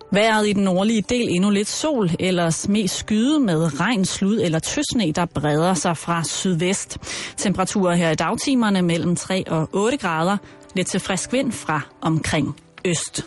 Vejret i den nordlige del endnu lidt sol, ellers mest skyde med regn, slud eller tøsne, der breder sig fra sydvest. Temperaturer her i dagtimerne mellem 3 og 8 grader. Lidt til frisk vind fra omkring øst.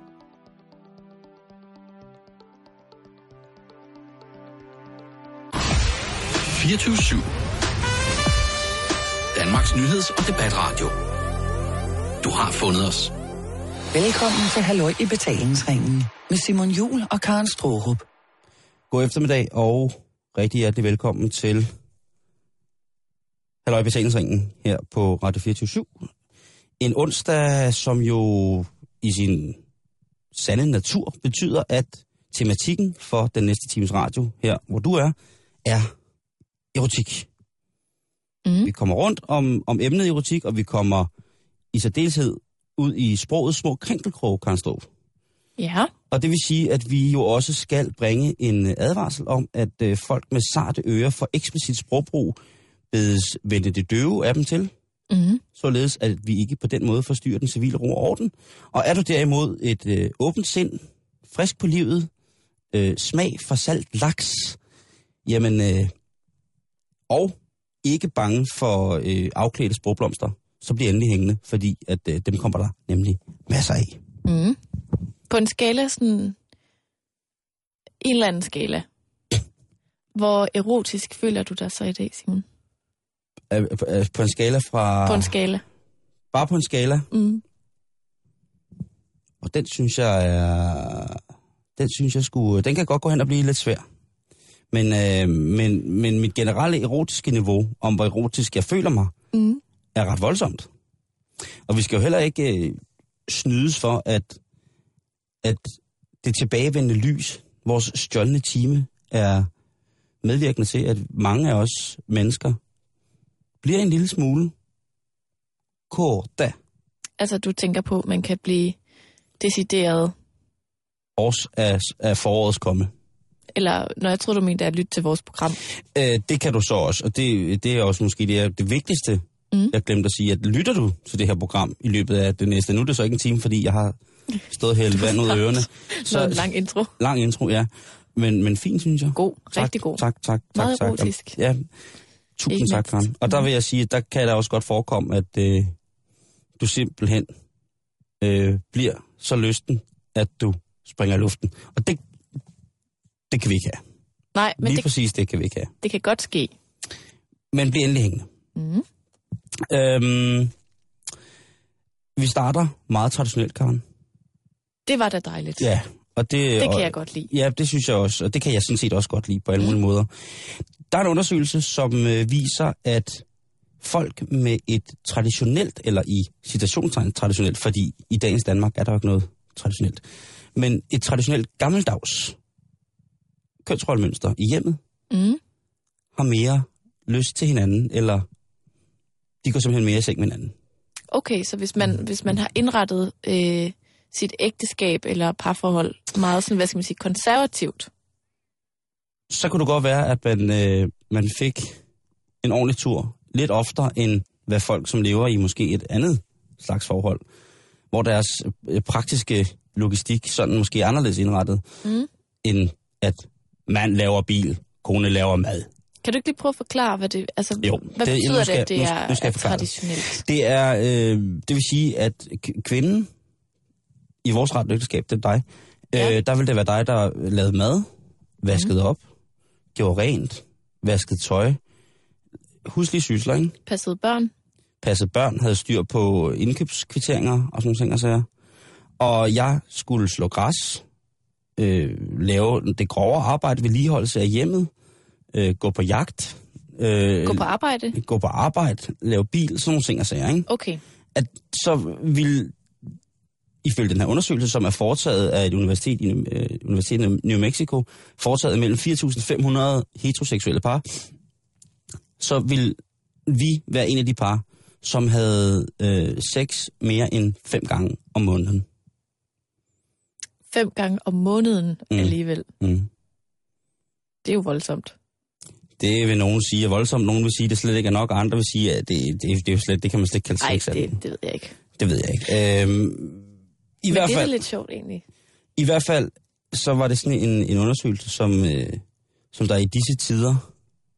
Danmarks nyheds- og debatradio. Du har fundet os. Velkommen til Halløj i betalingsringen med Simon Juhl og Karen Straarup. God eftermiddag og rigtig hjertelig velkommen til Halløj i betalingsringen her på Radio 24/7. En onsdag, som jo i sin sande natur betyder, at tematikken for den næste times radio her, hvor du er erotik. Vi kommer rundt om emnet erotik, og vi kommer i særdeleshed ud i sprogets små krænkelkroge, Karen Straarup. Ja. Og det vil sige, at vi jo også skal bringe en advarsel om, at folk med sarte ører for eksplicit sprogbrug bedes vende det døve af dem til, således at vi ikke på den måde forstyrrer den civile ro og orden. Og er du derimod et åbent sind, frisk på livet, smag for salt laks, jamen, og ikke bange for afklædte sprogblomster, så bliver endelig hængende, fordi at dem kommer der nemlig masser af. På en skala, sådan en eller anden skala, hvor erotisk føler du dig så i dag, Simon? På en skala fra... På en skala. Bare på en skala? Og den synes jeg er... Den kan godt gå hen og blive lidt svær. Men mit generelle erotiske niveau, om hvor erotisk jeg føler mig, er ret voldsomt. Og vi skal jo heller ikke snydes for, at det tilbagevendende lys, vores stjålne time, er medvirkende til, at mange af os mennesker bliver en lille smule korte. Altså, du tænker på, at man kan blive decideret... Års af forårets komme. Eller, når jeg tror, du mener, at lytte til vores program. Det kan du så også, og det er også måske det vigtigste, jeg glemte at sige, at lytter du til det her program i løbet af det næste, nu er det så ikke en time, fordi jeg har stået hældt vand ud af ørerne. Så en lang intro. Lang intro, ja. Men fint, synes jeg. God, rigtig god. Tak. Meget erotisk. Ja, tusind tak, Karen. Og der vil jeg sige, at der kan det også godt forekomme, at du simpelthen bliver så lysten, at du springer i luften. Og det kan vi ikke have. Nej, men lige præcis det kan vi ikke have. Det kan godt ske. Men bliv endelig hængende. Vi starter meget traditionelt, Karen. Det var da dejligt. Ja. Og det kan jeg godt lide. Ja, det synes jeg også, og det kan jeg sådan set også godt lide på alle mulige måder. Der er en undersøgelse, som viser, at folk med et traditionelt, eller i citationstegn traditionelt, fordi i dagens Danmark er der jo ikke noget traditionelt, men et traditionelt gammeldags kønsrollemønster i hjemmet, har mere lyst til hinanden, eller de går simpelthen mere i seng med hinanden. Okay, så hvis man har indrettet sit ægteskab eller parforhold meget sådan, hvad skal man sige, konservativt, så kunne det godt være, at man fik en ordentlig tur lidt oftere, end hvad folk, som lever i måske et andet slags forhold, hvor deres praktiske logistik sådan måske er anderledes indrettet, end at mand laver bil, kone laver mad. Kan du ikke lige prøve at forklare, hvad det, altså, jo, hvad betyder det, at det er traditionelt? Det er, det vil sige, at kvinden i vores retningsægteskab, det er dig, der vil det være dig, der lavede mad, vaskede op, gjorde rent, vaskede tøj, huslige sysler, ikke? Passede børn, havde styr på indkøbskvitteringer og sådan nogle ting og sager. Og jeg skulle slå græs, lave det grove arbejde, vedligeholdelse af hjemmet, gå på jagt. Gå på arbejde, lave bil, sådan nogle ting og sager, ikke? Okay. At så vil, ifølge den her undersøgelse, som er foretaget af et universitet i New Mexico, foretaget mellem 4.500 heteroseksuelle par, så vil vi være en af de par, som havde sex mere end 5 gange om måneden. 5 gange om måneden alligevel. Det er jo voldsomt. Det vil nogen sige er voldsomt, nogen vil sige, at det slet ikke er nok, og andre vil sige, at det er jo slet, det kan man slet ikke kalde sex. Nej, det ved jeg ikke. Det ved jeg ikke. Men det er lidt sjovt egentlig. I hvert fald så var det sådan en undersøgelse, som der i disse tider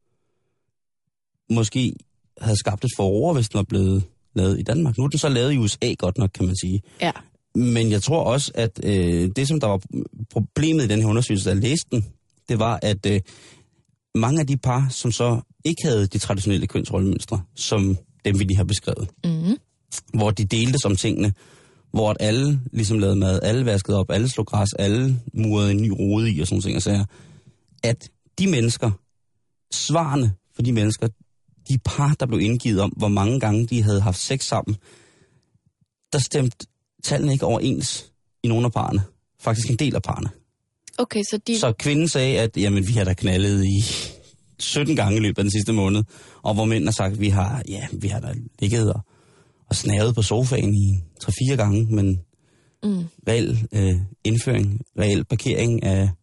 måske havde skabt et forår, hvis den var blevet lavet i Danmark. Nu er den så lavet i USA, godt nok, kan man sige. Ja. Men jeg tror også, at det, som der var problemet i den her undersøgelse, da jeg læste den, det var, at mange af de par, som så ikke havde de traditionelle kønsrollemønstre, som dem vi lige har beskrevet, hvor de delte som tingene, hvor at alle ligesom lavede mad, alle vaskede op, alle slog græs, alle murede en ny rode i og sådan ting, og at de mennesker, svarene for de mennesker, de par, der blev indgivet om, hvor mange gange de havde haft sex sammen, der stemte tallene ikke overens i nogle af parerne. Faktisk en del af parerne. Okay, så kvinden sagde, at jamen, vi har da knaldet i 17 gange i løbet af den sidste måned, og hvor mænd har sagt, at vi har da ligget og snavet på sofaen i 3-4 gange, men reel indføring, reel parkering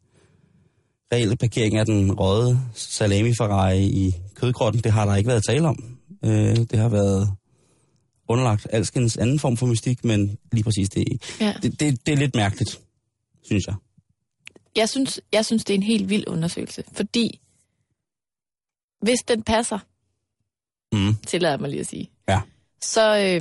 af den røde salami-ferrari i kødgrotten, det har der ikke været tale om. Det har været underlagt alskens anden form for mystik, men lige præcis det er lidt mærkeligt, synes jeg. Jeg synes, det er en helt vild undersøgelse, fordi hvis den passer, tillader mig lige at sige, så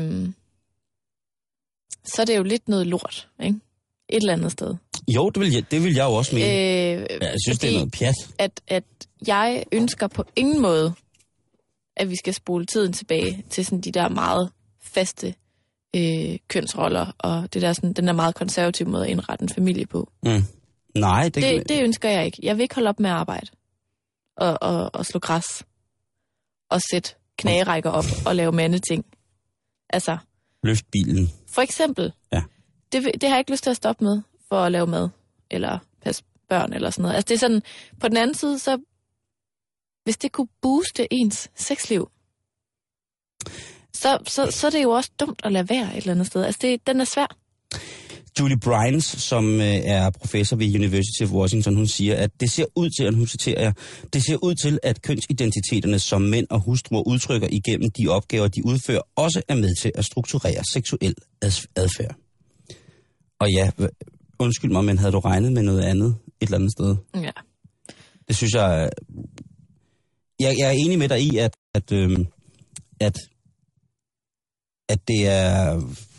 er det jo lidt noget lort, ikke? Et eller andet sted. Jo, det vil jeg jo også mene. Jeg synes, det er noget pjat. At jeg ønsker på ingen måde, at vi skal spole tiden tilbage til sådan de der meget faste kønsroller, og det der sådan, den der meget konservative måde at indrette en familie på. Nej, det ønsker jeg ikke. Jeg vil ikke holde op med at arbejde og slå græs og sætte knagerækker op og lave mandeting. Altså, løft bilen. For eksempel. Ja. Det har jeg ikke lyst til at stoppe med for at lave mad eller passe børn eller sådan noget. Altså det er sådan, på den anden side, så hvis det kunne booste ens sexliv, så er det jo også dumt at lade være et eller andet sted. Altså den er svær. Julie Bryans, som er professor ved University of Washington, hun siger, at det ser ud til, og nu citerer jeg, det ser ud til, at kønsidentiteterne, som mænd og hustruer udtrykker igennem de opgaver, de udfører, også er med til at strukturere seksuel adfærd. Og ja, undskyld mig, men havde du regnet med noget andet et eller andet sted? Ja. Det synes jeg... Jeg er enig med dig i, at det er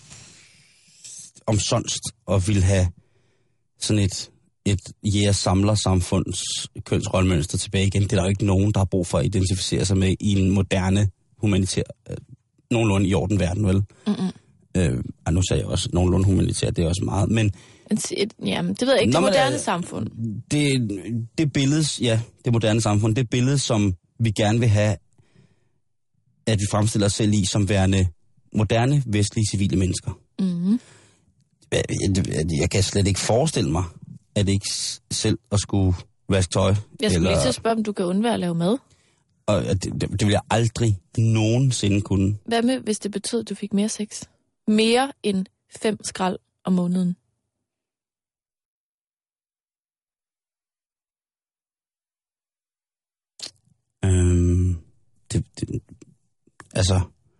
omsonst at ville have sådan et jæger-samler-samfunds kønsrollemønster tilbage igen. Det er der jo ikke nogen, der har brug for at identificere sig med i en moderne, humanitær, nogenlunde i orden verden, vel? Nu sagde jeg også nogenlunde humanitær, det er også meget, men... Jamen, det ved jeg ikke, det moderne samfund. Det billede, det moderne samfund, det billede, som vi gerne vil have, at vi fremstiller os selv i, som værende moderne, vestlige, civile mennesker. Jeg kan slet ikke forestille mig, at ikke selv at skulle vaske tøj. Jeg skulle lige til at spørge, om du kan undvære at lave mad. Og det vil jeg aldrig nogensinde kunne. Hvad med, hvis det betød, at du fik mere sex? Mere end 5 skrald om måneden? Altså...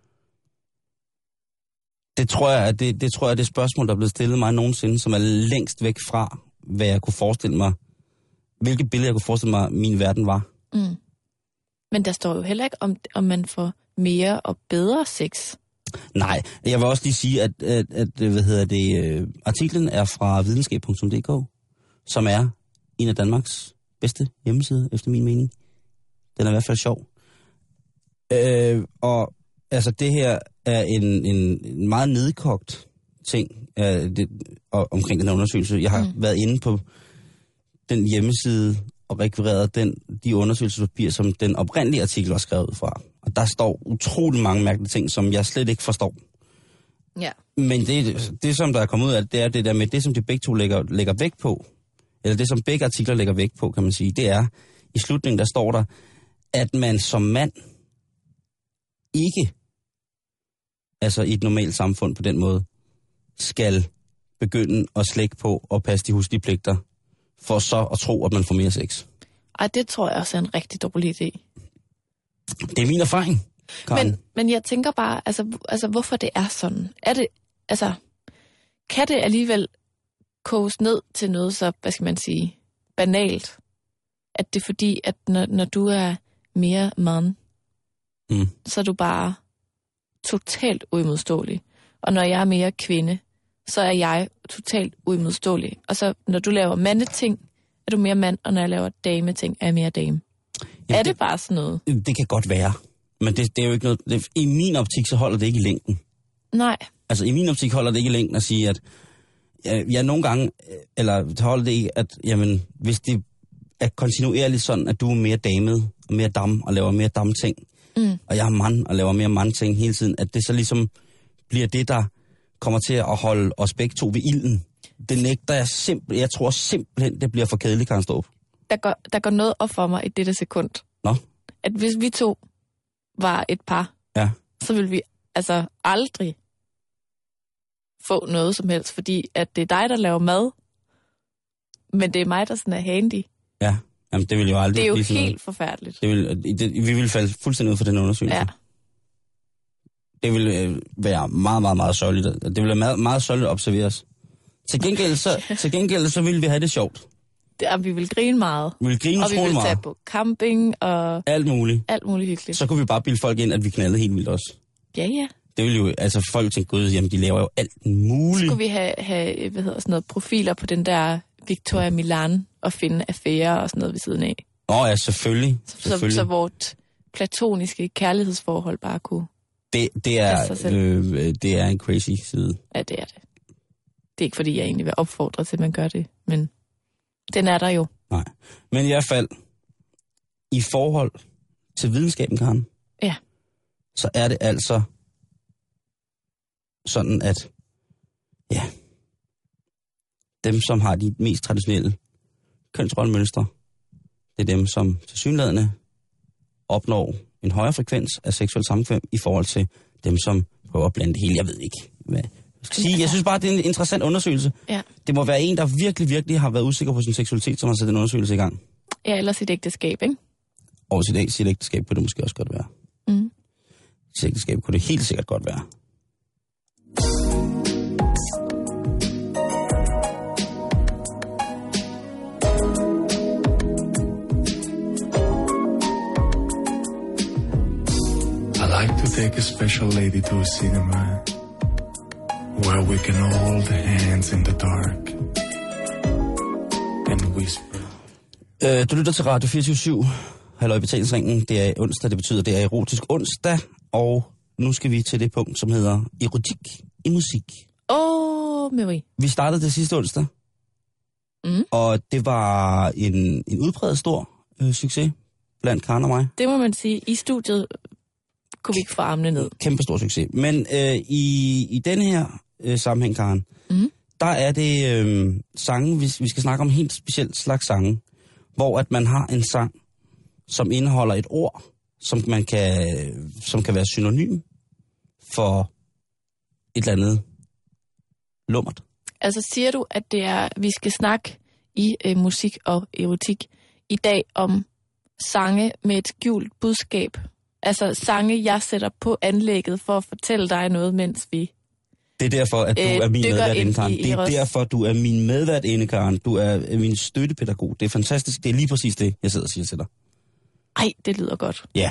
Det tror jeg, det er det spørgsmål, der er blevet stillet mig nogensinde, som er længst væk fra, hvad jeg kunne forestille mig, hvilket billede jeg kunne forestille mig, min verden var. Men der står jo heller ikke, om man får mere og bedre sex. Nej, jeg vil også lige sige, at artiklen er fra videnskab.dk, som er en af Danmarks bedste hjemmesider, efter min mening. Den er i hvert fald sjov. Og altså det her er en meget nedkogt ting omkring den her undersøgelse. Jeg har været inde på den hjemmeside og rekvireret de undersøgelsespapirer, som den oprindelige artikel var skrevet fra. Og der står utrolig mange mærkelige ting, som jeg slet ikke forstår. Ja. Men det som der er kommet ud af, det er det der med det, som de begge to lægger vægt på, eller det, som begge artikler lægger vægt på, kan man sige, det er, i slutningen, der står der, at man som mand ikke, altså i et normalt samfund på den måde, skal begynde at slække på og passe de huslige pligter, for så at tro, at man får mere sex. Ej, det tror jeg også er en rigtig dårlig idé. Det er min erfaring, Karen. Men jeg tænker bare, altså hvorfor det er sådan? Er det, altså, kan det alligevel koges ned til noget så, hvad skal man sige, banalt. At det er fordi, at når du er mere mand, så er du bare totalt uimodståelig. Og når jeg er mere kvinde, så er jeg totalt uimodståelig. Og så når du laver mandeting, er du mere mand, og når jeg laver dameting, er jeg mere dame. Ja, er det bare sådan noget? Det kan godt være. Men det er jo ikke noget... I min optik, så holder det ikke i længden. Nej. Altså, i min optik holder det ikke i længden at sige, at jeg nogle gange... Eller holder det ikke, at jamen, hvis det er kontinuerligt sådan, at du er mere damet, og mere dam, og laver mere dam-ting, og jeg er mand, og laver mere mand-ting hele tiden, at det så ligesom bliver det, der kommer til at holde os begge to ved ilden. Det nægter jeg simpelthen. Jeg tror simpelthen, det bliver for kedeligt, Karen Straarup. Der går noget op for mig i dette sekund. Nå? At hvis vi to var et par, så ville vi altså aldrig få noget som helst, fordi at det er dig, der laver mad, men det er mig, der sådan er handy. Ja, jamen det vil jo aldrig blive. Det er jo helt noget. Forfærdeligt. Vi vil falde fuldstændig ud for den undersøgelse. Ja. Det vil være meget, meget, meget sørgeligt. Det vil være meget, meget sørgeligt at observere os. Til gengæld så vil vi have det sjovt. Vi vil grine meget. Vi vil grine og vi vil tage på camping og... Alt muligt. Alt muligt hyggeligt. Så kunne vi bare bilde folk ind, at vi knaldede helt vildt også. Ja. Det vil jo... Altså folk tænker, gud, jamen de laver jo alt muligt. Så skulle vi have sådan noget, profiler på den der Victoria Milan og finde affærer og sådan noget ved siden af. Ja, selvfølgelig. Så vort platoniske kærlighedsforhold bare kunne... Det er en crazy side. Ja, det er det. Det er ikke, fordi jeg egentlig vil opfordre til, at man gør det, men den er der jo. Nej, men i hvert fald, i forhold til videnskaben, Karen, så er det altså sådan, at dem, som har de mest traditionelle kønsrollemønstre, det er dem, som tilsyneladende opnår en højere frekvens af seksuel samkvem i forhold til dem, som prøver at blande det hele. Jeg ved ikke, hvad jeg skal sige. Jeg synes bare, det er en interessant undersøgelse. Ja. Det må være en, der virkelig, virkelig har været usikker på sin seksualitet, som har sat den undersøgelse i gang. Ja, eller sit ægteskab, ikke? Og sit ægteskab kunne det måske også godt være. Sit ægteskab kunne det helt sikkert godt være. I like to take a special lady to a cinema where we can hold hands in the dark and whisper. Du lytter til Radio 24/7. Halløj Betalingsringen. Det er onsdag, det betyder, det er erotisk onsdag. Og nu skal vi til det punkt, som hedder erotik i musik. Marie. Vi startede det sidste onsdag. Og det var en udpræget stor succes blandt Karen og mig. Det må man sige. I studiet kunne vi ikke få armene ned. Kæmpe stor succes. Men i den her sammenhæng, Karen, der er det sange, vi skal snakke om helt specielt slags sange, hvor at man har en sang, som indeholder et ord, som kan være synonym for et eller andet lummert. Altså siger du, at vi skal snakke i musik og erotik i dag om sange med et skjult budskab? Altså sange, jeg sætter på anlægget for at fortælle dig noget, mens vi... Det er derfor, at du er min medværtinde, Karen. Det er derfor, du er min medværtinde, Karen. Du er min støttepædagog. Det er fantastisk. Det er lige præcis det, jeg sidder og siger til dig. Ej, det lyder godt. Ja,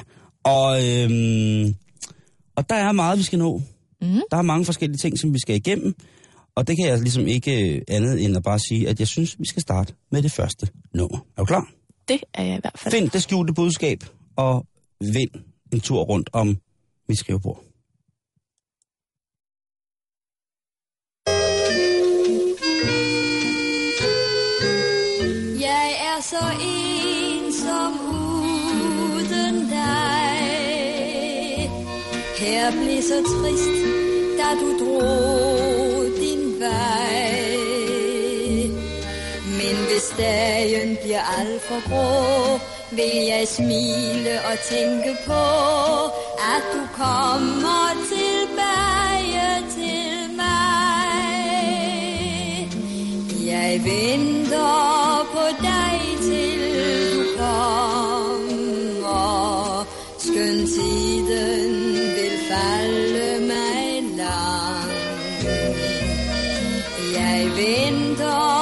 og der er meget, vi skal nå. Der er mange forskellige ting, som vi skal igennem. Og det kan jeg ligesom ikke andet end at bare sige, at jeg synes, vi skal starte med det første nummer. Er du klar? Det er jeg i hvert fald. Find det skjulte budskab, og vind en tur rundt om mit skrivebord. Jeg er så ensom uden dig. Her blev så trist, da du drog din vej. Men hvis dagen bliver alt for grå, vil jeg smile og tænke på, at du kommer tilbage til mig. Jeg venter på dig til du kommer, skøn tiden vil falde mig lang. Jeg venter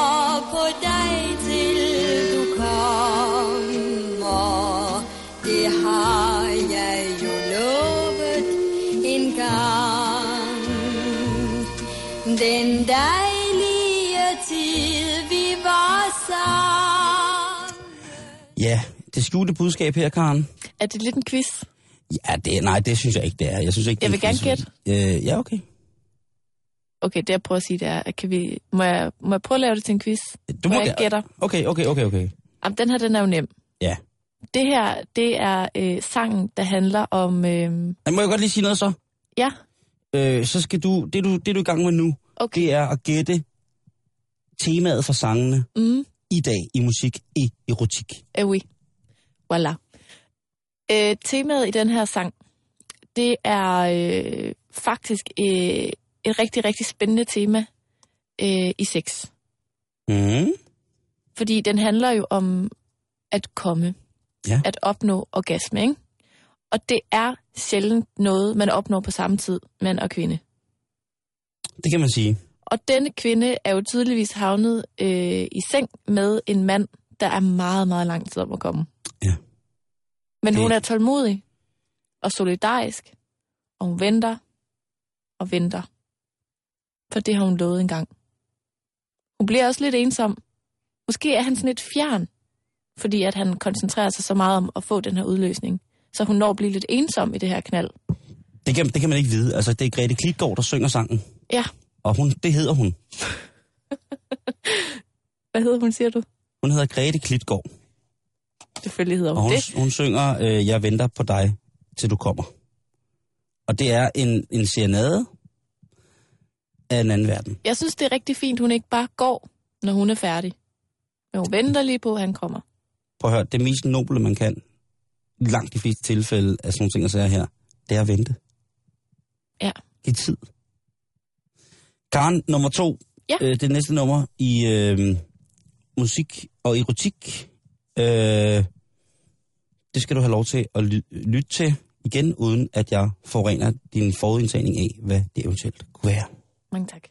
Ja, det skjulte budskab her, Karen. Er det lidt en quiz? Ja, det synes jeg ikke, det er. Jeg synes ikke, Jeg vil gerne gætte. Ja, okay. Okay, det jeg prøver at sige, det er, må jeg prøve at lave det til en quiz? Du må jeg gætter? Okay. Jamen, den her, den er jo nem. Ja. Det her, det er sangen, der handler om... Må jeg godt lige sige noget så? Ja. Så skal du er du i gang med nu, okay. Det er at gætte temaet for sangene i dag i musik i erotik. Oui. Voilà. Temaet i den her sang, det er faktisk et rigtig, rigtig spændende tema i sex. Fordi den handler jo om at komme, at opnå orgasme, ikke? Og det er sjældent noget, man opnår på samme tid, mand og kvinde. Det kan man sige. Og denne kvinde er jo tydeligvis havnet i seng med en mand, der er meget, meget lang tid om at komme. Ja. Men hun er tålmodig og solidarisk, og hun venter og venter. For det har hun lovet engang. Hun bliver også lidt ensom. Måske er han sådan lidt fjern, fordi at han koncentrerer sig så meget om at få den her udløsning. Så hun når at blive lidt ensom i det her knald. Det kan man ikke vide. Altså, det er Grete Klitgaard, der synger sangen. Ja. Og det hedder hun. Hvad hedder hun, siger du? Hun hedder Grete Klitgaard. Selvfølgelig hedder hun det. Hun synger, jeg venter på dig, til du kommer. Og det er en serenade af en anden verden. Jeg synes, det er rigtig fint, hun ikke bare går, når hun er færdig. Men hun venter lige på, at han kommer. Prøv at høre, det mest noble, man kan, langt de fleste tilfælde af sådan nogle ting, der siger her, det er at vente. Ja. Giv tid. Karen, nummer 2. Ja. Det næste nummer i musik og erotik. Det skal du have lov til at lytte til igen, uden at jeg forurener din forudindtagning af, hvad det eventuelt kunne være. Mange tak.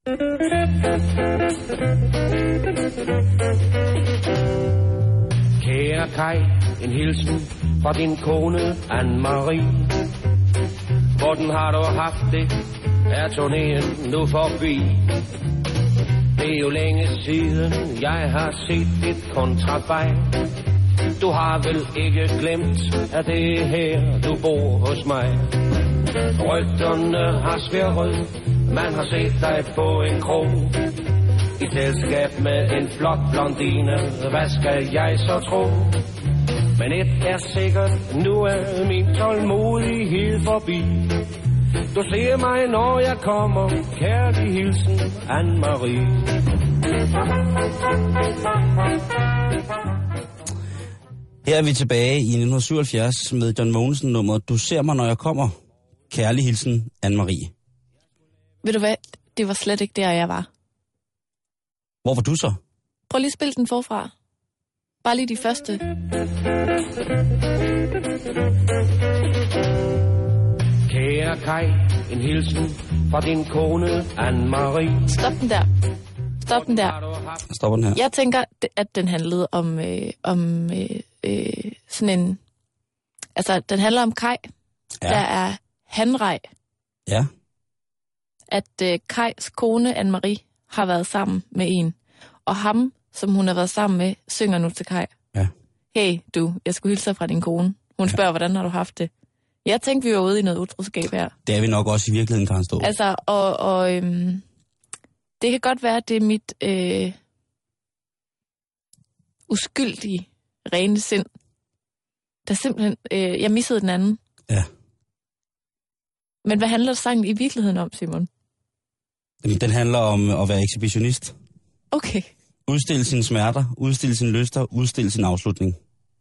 Kære Kai, en hilsen fra din kone Anne-Marie. Hvordan har du haft det? Er turnéen nu forbi? Det er jo længe siden, jeg har set dit kontraband. Du har vel ikke glemt, at det er her, du bor hos mig. Rygterne har svirret, man har set dig på en krog. I selskab med en flot blondine, hvad skal jeg så tro? Men et er sikkert, nu er min tålmodighed forbi. Du ser mig, når jeg kommer, kærlig hilsen, Anne-Marie. Her er vi tilbage i 1977 med John Mogensen nummer Du ser mig, når jeg kommer, kærlig hilsen, Anne-Marie. Ved du hvad? Det var slet ikke der, jeg var. Hvor var du så? Prøv lige at spille den forfra. Bare lige de første. Kære Kai, en hilsen fra din kone Anne-Marie. Stop den der. Stop den der. Stopper den her. Jeg tænker, at den handlede om sådan en... Altså, den handler om Kai, der er hanrej. Ja. At Kais kone Anne-Marie har været sammen med en. Og ham, som hun har været sammen med, synger nu til Kai. Ja. Hey du, jeg skulle hilse fra din kone. Hun spørger, hvordan har du haft det? Jeg tænkte, vi var ude i noget utroskab her. Det er vi nok også i virkeligheden, Karen Stå. Altså, det kan godt være, at det er mit uskyldige, rene sind, der simpelthen... jeg missede den anden. Ja. Men hvad handler sangen i virkeligheden om, Simon? Den handler om at være ekshibitionist. Okay. Udstille sine smerter, udstille sine lyster, udstille sin afslutning.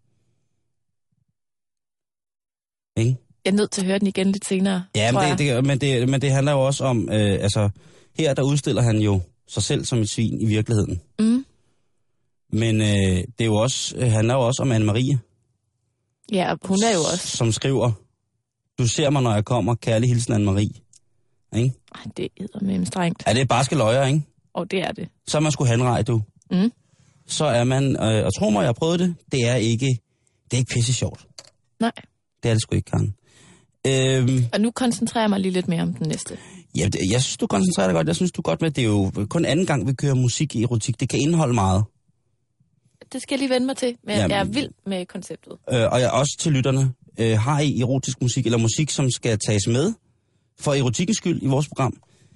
Ikke? Jeg er nødt til at høre den igen lidt senere. Ja, men det handler jo også om, altså, her der udstiller han jo sig selv som et svin i virkeligheden. Mm. Men det er jo også, handler jo også om Anne-Marie. Ja, hun er jo også. Som skriver, du ser mig, når jeg kommer, kærlig hilsen Anne-Marie. Ikke? Ej, det eddermame strengt. Ja, det er barske løjer, ikke? Det er det. Så er man sgu hanrej, du. Mm. Så er man, og tro mig, jeg har prøvet det, det er ikke pisse sjovt. Nej. Det er det sgu ikke, Karen. Og nu koncentrerer jeg mig lige lidt mere om den næste. Ja, jeg synes, du koncentrerer dig godt. Jeg synes, du er godt med, det er jo kun anden gang, vi kører musik i erotik. Det kan indeholde meget. det skal jeg lige vende mig til, men jeg er vild med konceptet. Og jeg også til lytterne. Har I erotisk musik, eller musik, som skal tages med for erotikkens skyld i vores program?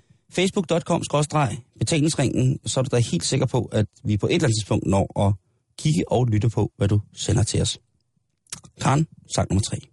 Facebook.com/betalingsringen, så er du da helt sikker på, at vi på et eller andet tidspunkt når at kigge og lytte på, hvad du sender til os. Karen, sang nummer 3.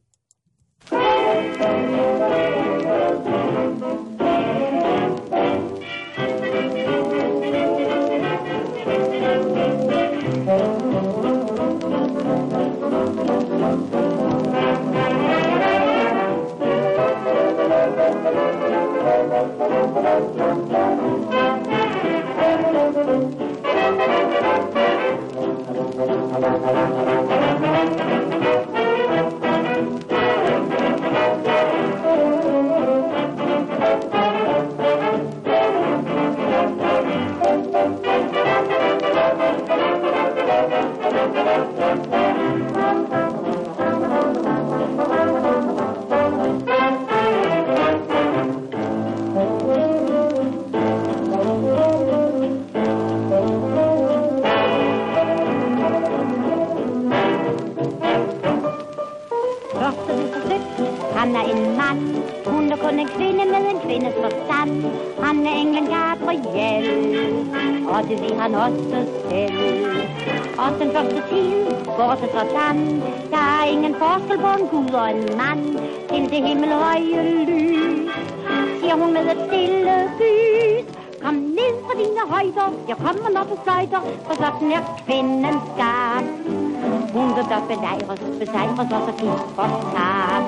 Han er en mand, hun er kun en kvinde med en kvindes forstand. Han er englen Gabriel, og det ved han også selv. Og den første tid går til sådan, der er ingen forskel på en gud og en mand. Til det himmelhøje lys, siger hun med et stille gys. Kom ned fra dine højder, jeg kommer når du fløjter, for sådan er kvinden skabt. Hun vil blot besejres og så fint fortabt.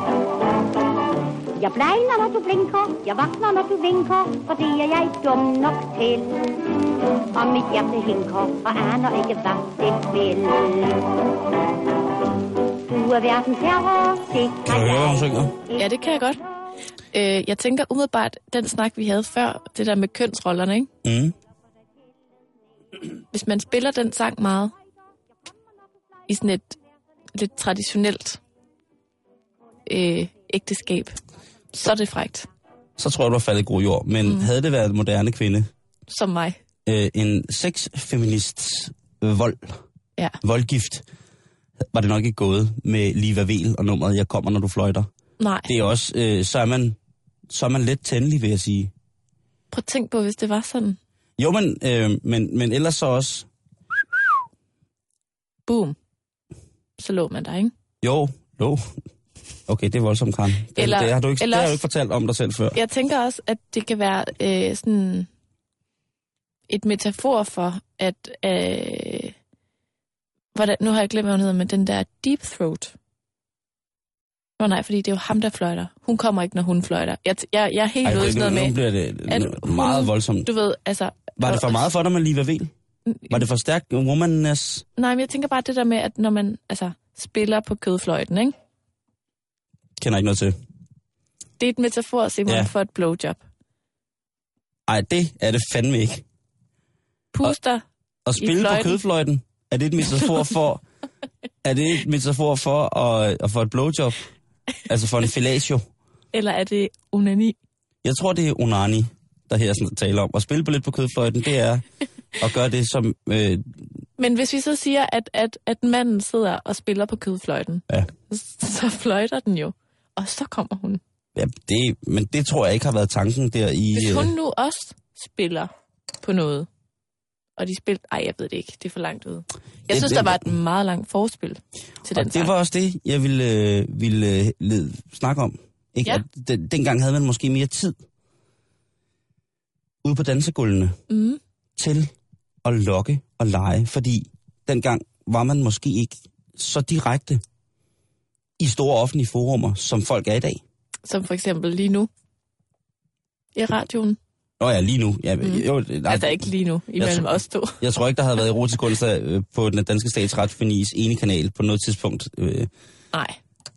Jeg blegner, når du blinker, jeg vagner, når du vinker, for det er jeg dum nok til. Og mit hjerte hinker, og aner ikke, hvad det vil. Du er verdens herre, det kan jeg. Ja, det kan jeg godt. Jeg tænker umiddelbart, den snak, vi havde før, det der med kønsrollerne, ikke? Mm. Hvis man spiller den sang meget, i sådan et lidt traditionelt ægteskab, så er det frækt. Så tror jeg, du har faldet i god jord. Men havde det været en moderne kvinde? Som mig. En sexfeminists voldgift, var det nok ikke gået med Liva Vel og nummeret Jeg kommer, når du fløjter. Nej. Det er også, så er man let tændelig, vil jeg sige. Prøv at tænke på, hvis det var sådan. Jo, men ellers så også... Boom. Så lå man der, ikke? Jo. Okay, det er voldsomt, Karen. Det har du ikke fortalt om dig selv før. Jeg tænker også, at det kan være sådan et metafor for, at... nu har jeg glemt, hvad hun hedder, men den der deep throat. Nej, fordi det er jo ham, der fløjter. Hun kommer ikke, når hun fløjter. Jeg er helt ude i sådan noget med... Nu bliver det meget voldsomt. Du ved, altså... Var det for meget for dig med Liva Vel? Var det for stærkt womanness? Nej, men jeg tænker bare det der med, at når man spiller på kødfløjten, ikke? Kender ikke noget til. Det er et metafor, Simon, for et blowjob. Ej, det er det fandme ikke. Puster og spille på kødfløjten, er det et metafor for... Er det et metafor for at få et blowjob? Altså for en fellatio? Eller er det onani? Jeg tror, det er onani, der her sådan taler om. At spille på lidt på kødfløjten, det er at gøre det som... Men hvis vi så siger, at manden sidder og spiller på kødfløjten, så fløjter den jo, og så kommer hun. Ja, men det tror jeg ikke har været tanken der i... Hvis hun nu også spiller på noget, og de spiller... Ej, jeg ved det ikke. Det er for langt ude. Jeg synes, der var et meget langt forspil til den sang. Det var også det, jeg ville snakke om. Ikke? Ja. At dengang havde man måske mere tid ude på dansegulvene til at lokke og lege, fordi dengang var man måske ikke så direkte i store offentlige forumer, som folk er i dag. Som for eksempel lige nu i radioen. Lige nu. Ja, altså ikke lige nu, imellem os to. Jeg tror ikke, der havde været erotisk onsdag på den danske statsradiofonies ene kanal på noget tidspunkt. Nej.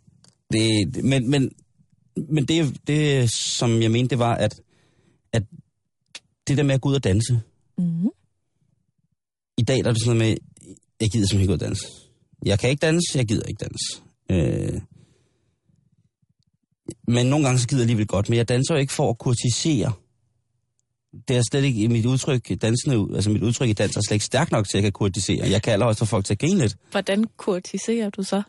Men det, som jeg mente, det var, at det der med at gå ud og danse. Mm-hmm. I dag der er det sådan noget med, jeg gider simpelthen ikke gå ud og danse. Jeg kan ikke danse, jeg gider ikke danse. Men nogle gange så gider jeg alligevel godt, men jeg danser jo ikke for at kurtisere det er slet ikke mit udtryk dansende, altså mit udtryk i dans er slet ikke stærkt nok til, at jeg kan kurtisere. Jeg kalder også for folk til at grine lidt. Hvordan kurtiserer du så?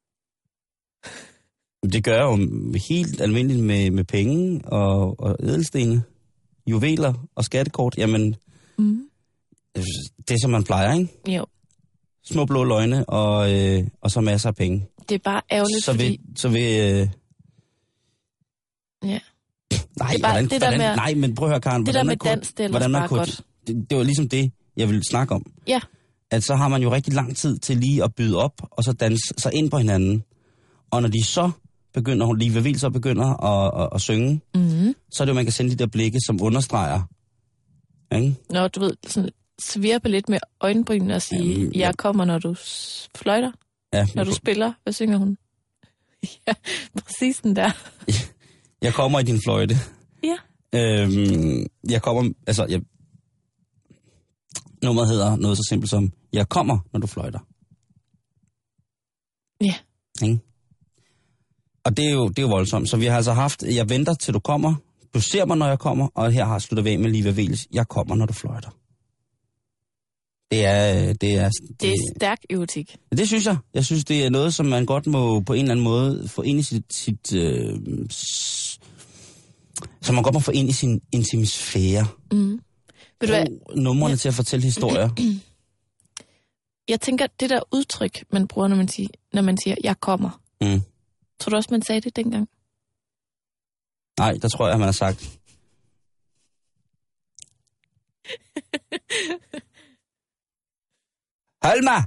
Det gør jeg jo helt almindeligt med penge og ædelstene, juveler og skattekort. Jamen, det er som man plejer, ikke? Jo. Små blå løgne og så masser af penge. Det er bare ærgerligt, Ja. Nej, det er bare, det med, nej, men prøv at høre, Karen. Det der med dans, det er ellers bare godt. Det var ligesom det, jeg ville snakke om. Ja. At så har man jo rigtig lang tid til lige at byde op, og så danse sig ind på hinanden. Og når de så begynder, lige ved vildt så begynder at synge, så er det jo, man kan sende de der blikke, som understreger. Ikke? Nå, du ved, sådan svirpe lidt med øjenbrynene og sige, jeg kommer, når du fløjter. Ja, når du spiller. Hvad synger hun? Ja, præcis den der. Jeg kommer i din fløjte. Ja. Jeg kommer, altså, nummeret hedder noget så simpelt som, jeg kommer, når du fløjter. Ja. Ikke? Og det er jo voldsomt. Så vi har altså haft, jeg venter til du kommer, du ser mig, når jeg kommer, og her har slutter ved med Liva Veles, jeg kommer, når du fløjter. Det er stærk erotik. Det synes jeg. Jeg synes, det er noget, som man godt må på en eller anden måde få ind i som man godt må få ind i sin intimisfære. Ved du hvad? Numrene til at fortælle historier. Jeg tænker, det der udtryk, man bruger, når man siger, jeg kommer. Tror du også, man sagde det dengang? Nej, der tror jeg, man har sagt. Hold mig!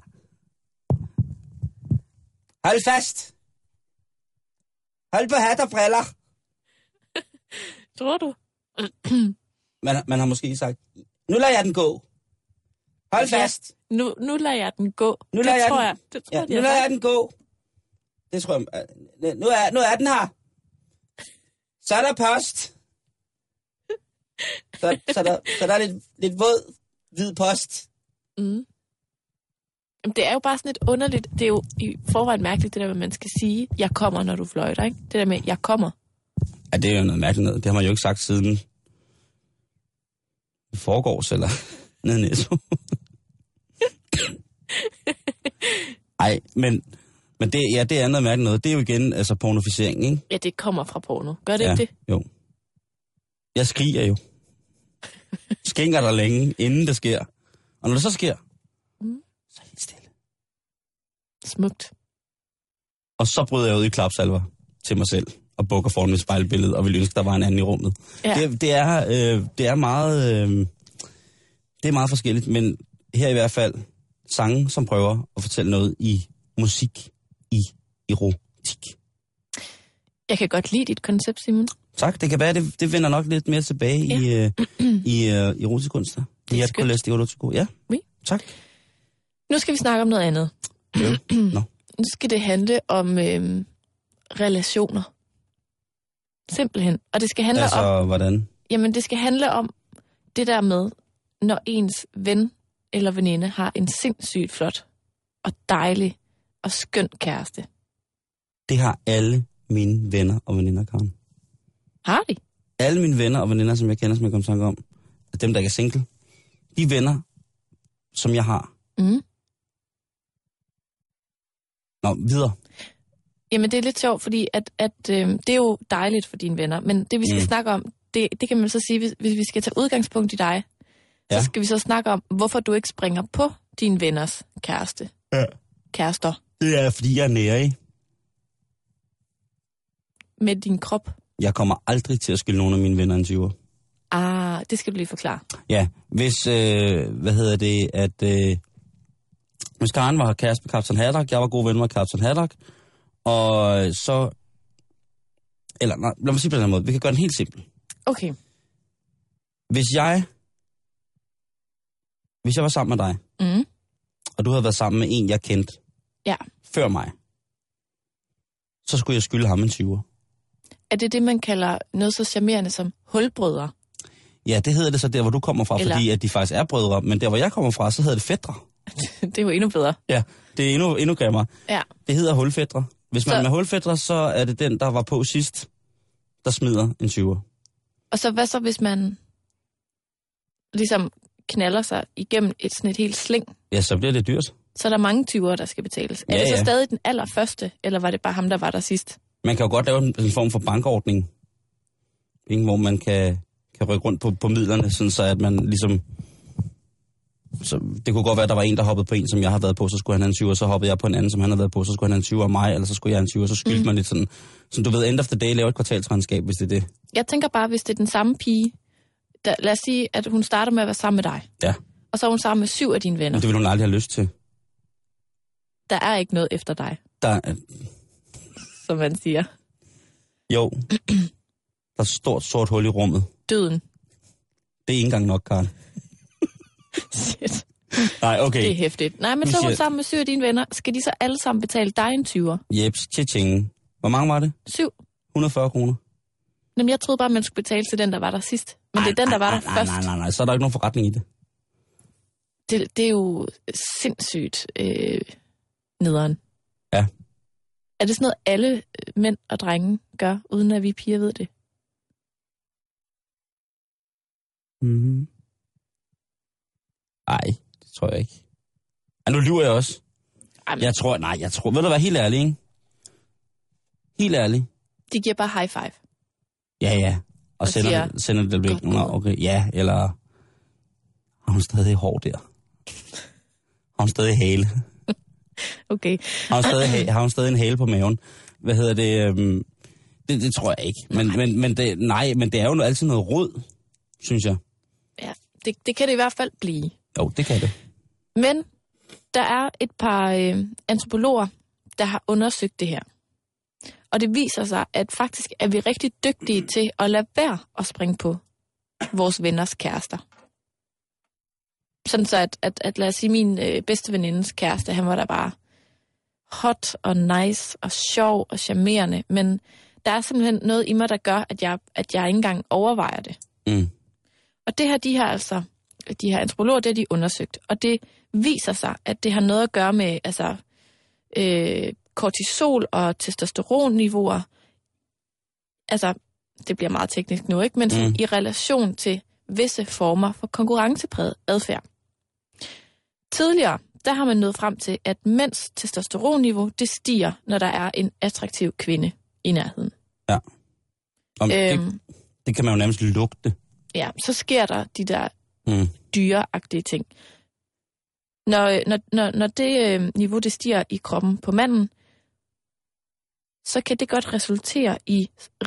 Hold fast! Hold på hat og briller! Tror du? man har måske sagt, nu lader jeg den gå. Hold fast! Nu lader jeg den gå. Nu lader jeg den gå. Det tror jeg. Nu er den her. Så er der post. Så der er lidt våd, hvid post. Det er jo bare sådan lidt underligt. Det er jo i forvejen mærkeligt, det der med, at man skal sige, jeg kommer, når du fløjter, ikke? Det der med, jeg kommer. Ja, det er jo noget mærkeligt noget. Det har man jo ikke sagt siden forgårs eller nede i Netto. Ej, men det er noget mærkeligt noget. Det er jo igen altså pornoficering, ikke? Ja, det kommer fra porno. Gør det ikke det? Jo. Jeg skriger jo. Skænker der længe, inden det sker. Og når det så sker, så er helt stille. Smukt. Og så bryder jeg ud i klapsalver til mig selv, og bukker foran mit spejlbillede, og vil ønske, der var en anden i rummet. Ja. Det er meget forskelligt, men her i hvert fald sange, som prøver at fortælle noget i musik, i erotik. Jeg kan godt lide dit koncept, Simon. Tak, det kan være, det vender nok lidt mere tilbage i erotisk kunster. Det er skønt. Ja, oui. Tak. Nu skal vi snakke om noget andet. Nu skal det handle om relationer. Simpelthen. Og det skal handle om... hvordan? Jamen, det skal handle om det der med, når ens ven eller veninde har en sindssygt flot og dejlig og skøn kæreste. Det har alle mine venner og veninder, Karen. Har de? Alle mine venner og veninder, som jeg kender, som jeg kommer tanke om, dem, der ikke er single, de venner, som jeg har. Nå, videre. Jamen, det er lidt sjovt, fordi at det er jo dejligt for dine venner, men det, vi skal snakke om, det kan man så sige, hvis vi skal tage udgangspunkt i dig, så skal vi så snakke om, hvorfor du ikke springer på dine venners kæreste. Ja. Kærester. Det er, fordi jeg er nære. Med din krop. Jeg kommer aldrig til at skylde nogen af mine venner en 20'er. Det skal du lige forklare. Ja, hvis, hvis Karen var kæreste med Kaptajn Haddock, jeg var god ven med Kaptajn Haddock, og så... Eller, nej, lad mig sige på den her måde. Vi kan gøre den helt simpel. Okay. Hvis jeg var sammen med dig, og du havde været sammen med en, jeg kendte før mig, så skulle jeg skylde ham en 20'er. Er det, man kalder noget så charmerende som hulbrødre? Ja, det hedder det så der, hvor du kommer fra, fordi at de faktisk er brødre. Men der, hvor jeg kommer fra, så hedder det fætre. Det er jo endnu bedre. Ja, det er endnu grimmere. Ja. Det hedder hulfætre. Hvis man er med hulfætre, så er det den, der var på sidst, der smider en 20'er. Og så hvad så, hvis man ligesom knaller sig igennem et helt sling, Ja, så bliver det dyrt. så er der mange 20'ere, der skal betales. Er det så stadig den allerførste, eller var det bare ham, der var der sidst? Man kan jo godt lave en form for bankordning, ikke? Hvor man kan rykke rundt på midlerne, sådan så at man ligesom... Så det kunne godt være, at der var en, der hoppede på en, som jeg har været på, så skulle han have en 20'er, så hoppede jeg på en anden, som han har været på, så skulle han have en 20'er af mig, eller så skulle jeg have en 20'er, så skyldte man lidt sådan... Så du ved, end of the day laver et kvartalsregnskab, hvis det er det. Jeg tænker bare, hvis det er den samme pige, der, lad os sige, at hun starter med at være sammen med dig. Ja. Og så er hun sammen med 7 af dine venner. Men det vil hun aldrig have lyst til. Der er ikke noget efter dig, som man siger. Jo. Der er et stort sort hul i rummet. Døden. Det er ikke engang nok, Karen. Shit. Nej, okay. Det er hæftigt. Nej, men så er hun sammen med 7 af dine venner. Skal de så alle sammen betale dig en 20'er? Jeps, tje-tjenge. Hvor mange var det? 7. 140 kroner. Jamen, jeg troede bare, man skulle betale til den, der var der sidst. Men det er den, der var der først. Nej. Så er der ikke nogen forretning i det. Det er jo sindssygt nederen. Ja. Er det sådan noget, alle mænd og drenge gør, uden at vi piger ved det? Mm-hmm. Nej, det tror jeg ikke. Nu lyver jeg også. Jamen. Jeg tror, ved du hvad, helt ærlig, ikke? Helt ærlig. De giver bare high five. Ja. Og sender det væk. Okay. Ja, eller har hun stadig hår der? Har hun stadig hale? Okay. Har hun stadig en hale på maven? Hvad hedder det? Det tror jeg ikke. Men det er jo altid noget rod, synes jeg. Ja, det kan det i hvert fald blive. Jo, det kan det. Men der er et par antropologer, der har undersøgt det her. Og det viser sig, at faktisk er vi rigtig dygtige til at lade være at springe på vores venners kærester. Sådan så, at lad os sige, min bedste venindes kæreste, han var der bare hot og nice og sjov og charmerende. Men der er simpelthen noget i mig, der gør, at jeg ikke engang overvejer det. Mm. Og det her, de her antropologer, det har de undersøgt. Og det viser sig, at det har noget at gøre med kortisol og testosteronniveauer. Altså, det bliver meget teknisk nu, ikke? Men i relation til visse former for konkurrencepræget adfærd. Tidligere, der har man nået frem til, at mænds testosteronniveau, det stiger, når der er en attraktiv kvinde i nærheden. Ja. Det kan man jo nærmest lugte. Ja, så sker der de der dyreagtige ting. Når det niveau, det stiger i kroppen på manden, så kan det godt resultere i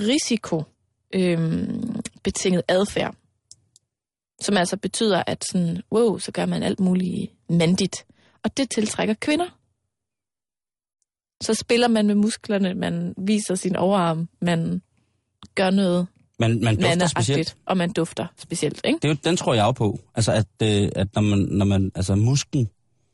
risikobetinget adfærd. Som altså betyder, at sådan, så gør man alt muligt mandigt. Og det tiltrækker kvinder. Så spiller man med musklerne, man viser sin overarm, man gør noget man dufter specielt. Og man dufter specielt, ikke? Det er jo, den tror jeg jo på. Altså, at når man altså musken.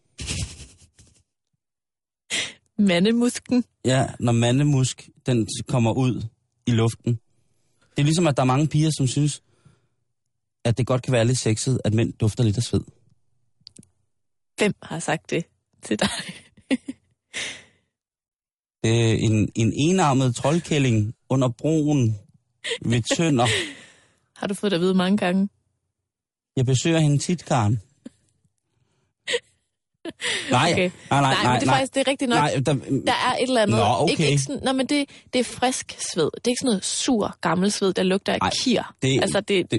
Mandemusken? Ja, når mandemusk, den kommer ud i luften. Det er ligesom, at der er mange piger, som synes, at det godt kan være lidt sexet, at mænd dufter lidt af sved. Hvem har sagt det til dig? En enarmet troldkælling under broen ved Tønder. Har du fået det at vide mange gange? Jeg besøger hende tit, Karen. Nej, okay. Nej, men det er faktisk det er rigtigt nok. Nej, der er et eller andet. Nå, okay. Ikke sådan, men det er frisk sved. Det er ikke sådan noget sur, gammel sved, der lugter af kir. Altså, det...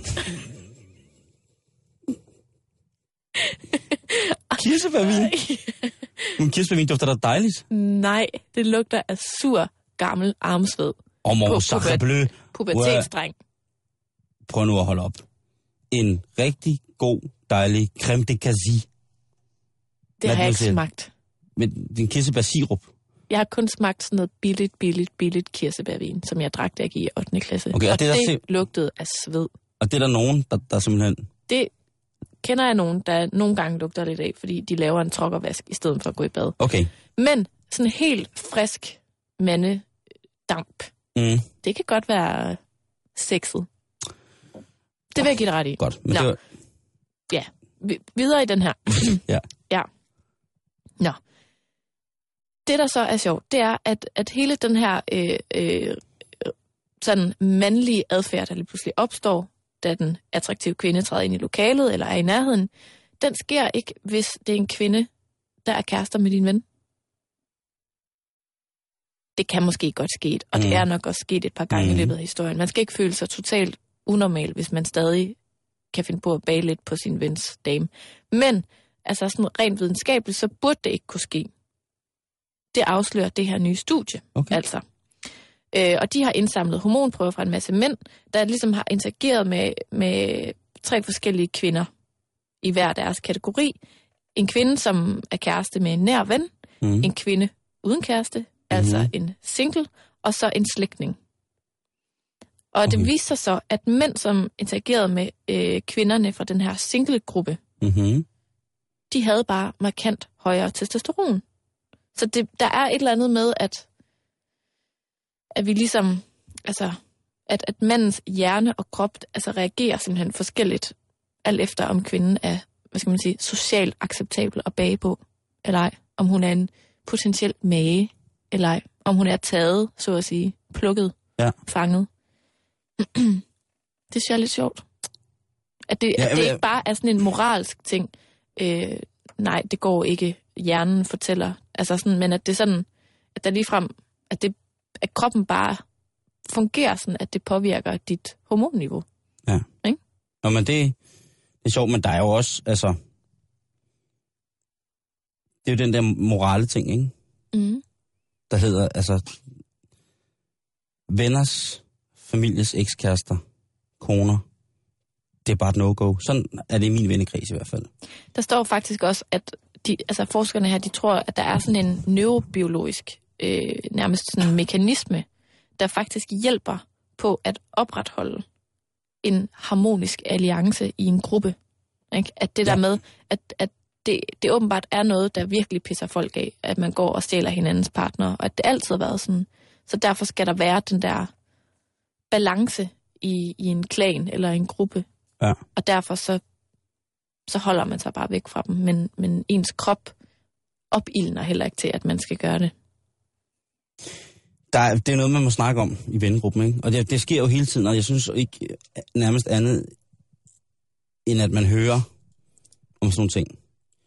Kirsebærvin? Men kirsebærvin dufter da dejligt. Nej, det lugter af sur, gammel armsved. Pubertetsdreng. Prøv nu at holde op. En rigtig god, dejlig crème de cassis. Det har jeg ikke smagt. Men din kirsebærsirup? Jeg har kun smagt sådan noget billigt kirsebærvin, som jeg drak, da jeg gik i 8. klasse. Okay, og det lugtede af sved. Og det er der nogen, der simpelthen... Det kender jeg nogen, der nogle gange lugter lidt af, fordi de laver en trokkervask i stedet for at gå i bad. Okay. Men sådan helt frisk mandedamp, det kan godt være sexet. Det vil jeg give dig ret i. Godt. Men det var... Ja, videre i den her. Ja. Ja. Nå. Det, der så er sjovt, det er, at hele den her sådan mandlige adfærd, der lige pludselig opstår, da den attraktive kvinde træder ind i lokalet eller er i nærheden, den sker ikke, hvis det er en kvinde, der er kærester med din ven. Det kan måske godt ske, og det er nok også sket et par gange i løbet af historien. Man skal ikke føle sig totalt unormal, hvis man stadig kan finde på at bage lidt på sin vens dame. Men altså sådan rent videnskabeligt, så burde det ikke kunne ske. Det afslører det her nye studie, altså. Og de har indsamlet hormonprøver fra en masse mænd, der ligesom har interageret med 3 forskellige kvinder i hver deres kategori. En kvinde, som er kæreste med en nær ven, en kvinde uden kæreste, altså en single, og så en slægtning. Og det viser sig så, at mænd, som interagerede med kvinderne fra den her single-gruppe, de havde bare markant højere testosteron. Så der er et eller andet med, at vi ligesom, altså, at mandens hjerne og krop altså, reagerer simpelthen forskelligt, alt efter om kvinden er, hvad skal man sige, socialt acceptabel at bage på, eller ej. Om hun er en potentiel mage, eller ej. Om hun er taget, så at sige, plukket, fanget. Det synes jeg er lidt sjovt. At det ikke bare er sådan en moralsk ting. Nej, det går ikke. Hjernen fortæller. Altså sådan, men at det sådan, at der ligefrem, at kroppen bare fungerer sådan, at det påvirker dit hormonniveau. Ja. Ikke? Nå, men det er sjovt, men der er jo også, altså, det er jo den der morale ting, ikke? Der hedder, altså, venners, families ekskærester, koner, det er bare et no-go. Sådan er det i min vennekreds i hvert fald. Der står faktisk også, at forskerne her, de tror, at der er sådan en neurobiologisk, nærmest sådan en mekanisme, der faktisk hjælper på at opretholde en harmonisk alliance i en gruppe. Ikke? At det der med, at det åbenbart er noget, der virkelig pisser folk af, at man går og stjæler hinandens partner, og at det altid har været sådan. Så derfor skal der være den der balance i en klan eller en gruppe. Ja. Og derfor så holder man sig bare væk fra dem. Men ens krop opildner heller ikke til, at man skal gøre det. Det er noget, man må snakke om i vennegruppen, ikke? Og det sker jo hele tiden, og jeg synes ikke nærmest andet, end at man hører om sådan nogle ting.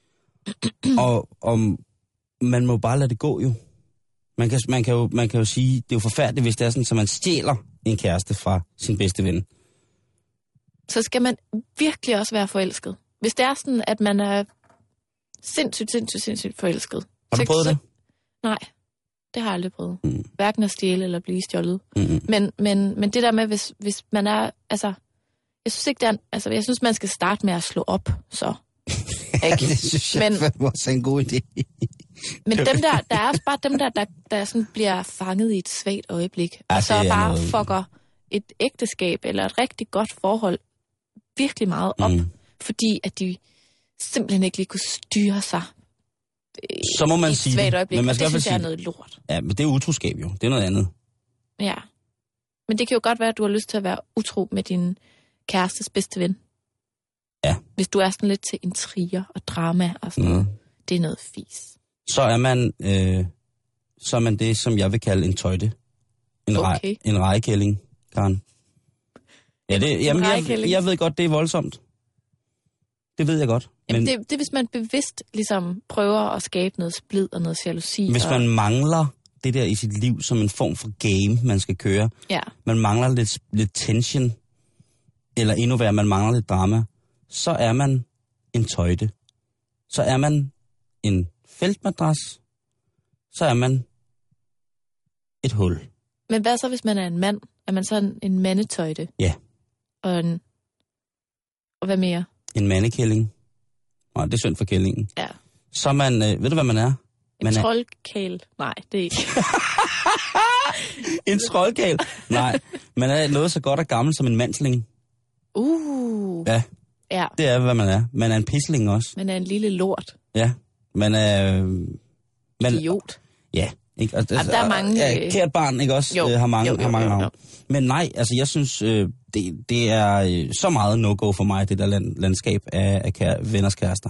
og man må bare lade det gå jo. Man kan jo sige, det er jo forfærdeligt, hvis det er sådan, så man stjæler en kæreste fra sin bedste ven. Så skal man virkelig også være forelsket. Hvis det er sådan, at man er sindssygt forelsket. Har du prøvet det? Nej, det har jeg aldrig prøvet. Hverken at stjæle eller blive stjålet. Men det der med, hvis man er, altså, jeg synes ikke, jeg synes, man skal starte med at slå op, så. Ja, det synes jeg var en god idé. Men dem der er også bare dem der sådan bliver fanget i et svagt øjeblik, og så bare fucker et ægteskab eller et rigtig godt forhold virkelig meget op, fordi at de simpelthen ikke lige kunne styre sig så må man i et sige svagt øjeblik, men man skal og det synes jeg er noget lort. Ja, men det er utroskab jo. Det er noget andet. Ja. Men det kan jo godt være, at du har lyst til at være utro med din kærestes bedste ven. Ja. Hvis du er sådan lidt til intriger og drama og sådan noget. Det er noget fis. Så er man det, som jeg vil kalde en tøjte. En rejekælling, Karen. Ja, jeg ved godt, det er voldsomt. Det ved jeg godt. Men det er, hvis man bevidst ligesom prøver at skabe noget splid og noget jalousi. Hvis man mangler det der i sit liv som en form for game, man skal køre. Ja. Man mangler lidt tension, eller endnu værre, man mangler lidt drama. Så er man en tøjte. Så er man en feltmadras. Så er man et hul. Men hvad så, hvis man er en mand? Er man så en mandetøjte? Ja. Og hvad mere? En mandekælling. Nej, det er synd for kællingen. Ja. Så er man, ved du hvad man er? En troldkæl. Nej, det er ikke. En troldkæl? Nej, man er noget så godt og gammelt som en mandsling. Ja, det er, hvad man er. Man er en pisling også. Man er en lille lort. Ja, man er... Idiot. Ja, ikke? Og, der er mange... kært barn, ikke også? Jo, har mange navne. Men nej, altså jeg synes, det er så meget no-go for mig, det der landskab af venners kærester.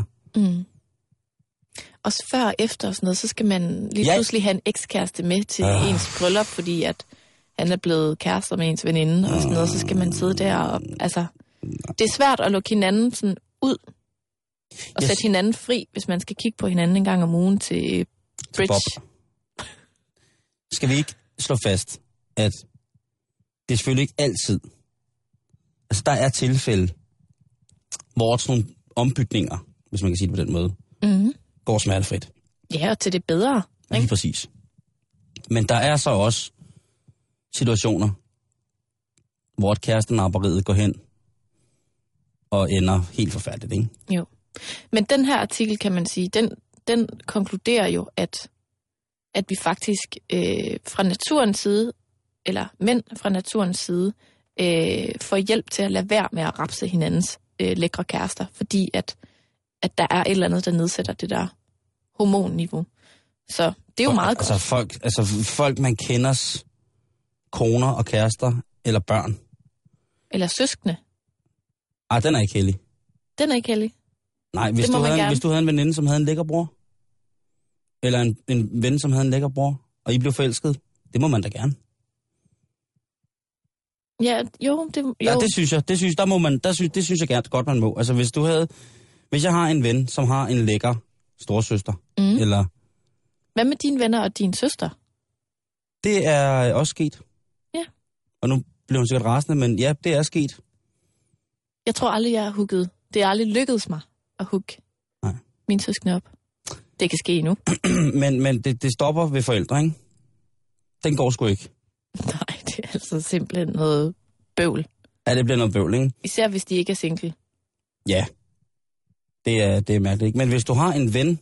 Også før og efter og sådan noget, så skal man lige pludselig have en ekskæreste med til ens bryllup, fordi at han er blevet kærester med ens veninde og sådan noget, så skal man sidde der og, altså... Det er svært at lukke hinanden sådan ud og sætte hinanden fri, hvis man skal kigge på hinanden en gang om ugen til bridge. Skal vi ikke slå fast, at det er selvfølgelig ikke altid. Altså, der er tilfælde, hvor sådan nogle ombytninger, hvis man kan sige det på den måde, går smertefrit. Ja, og til det bedre. Ikke? Lige præcis. Men der er så også situationer, hvor et kærestenapperiet går hen og ender helt forfærdeligt, ikke? Jo. Men den her artikel, kan man sige, den konkluderer jo, at vi faktisk fra naturens side, eller mænd fra naturens side, får hjælp til at lade være med at rapse hinandens lækre kærester, fordi at der er et eller andet, der nedsætter det der hormonniveau. Så det er jo meget godt. Folk man kenders koner og kærester, eller børn. Eller søskende. Ej, den er ikke heldig. Den er ikke heldig. Nej, hvis du havde en veninde, som havde en lækker bror, eller en ven, som havde en lækker bror, og I blev forelsket, det må man da gerne. Ja, jo. Ja, det synes jeg. Det synes jeg gerne godt, man må. Altså, hvis jeg har en ven, som har en lækker storsøster, eller... Hvad med dine venner og din søster? Det er også sket. Ja. Og nu bliver hun sikkert rasende, men ja, det er sket. Jeg tror aldrig, jeg har hugget. Det er aldrig lykkedes mig at hugge mine søskende op. Det kan ske nu. men det stopper ved forældre, ikke? Den går sgu ikke. Nej, det er altså simpelthen noget bøvl. Ja, det bliver noget bøvl, ikke? Især hvis de ikke er single. Ja. Det er mærkeligt, ikke? Men hvis du har en ven,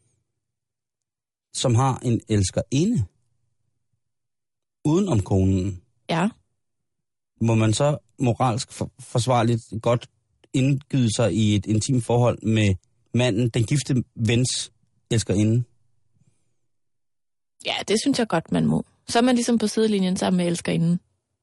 som har en elskerinde uden om konen, ja, må man så moralsk forsvarligt godt indgyde sig i et intimt forhold med manden, den gifte vens elskerinde? Ja, det synes jeg godt, man må. Så er man ligesom på sidelinjen sammen med elskerinden.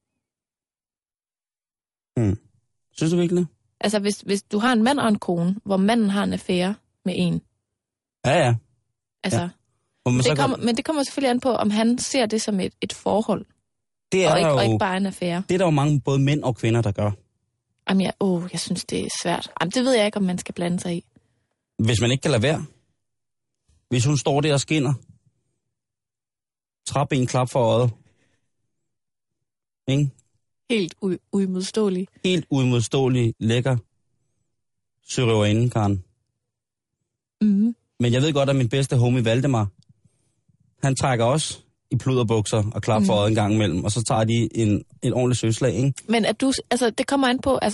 Synes du virkelig det? Altså, hvis du har en mand og en kone, hvor manden har en affære med en. Ja. Altså, ja. Men det kommer selvfølgelig an på, om han ser det som et forhold. Det er og ikke bare en affære. Det er der jo mange både mænd og kvinder, der gør. Jamen, jeg synes, det er svært. Jamen, det ved jeg ikke, om man skal blande sig i. Hvis man ikke kan lade være. Hvis hun står der og skinner. Trap en klap for øjet. Ikke? Helt uimodståelig. Helt uimodståelig, lækker sørøverinde, Karen. Men jeg ved godt, at min bedste homie Valdemar, han trækker også i pluderbukser og klap for øjet en gang imellem, og så tager de en ordentlig søslag, ikke? Men det kommer an på,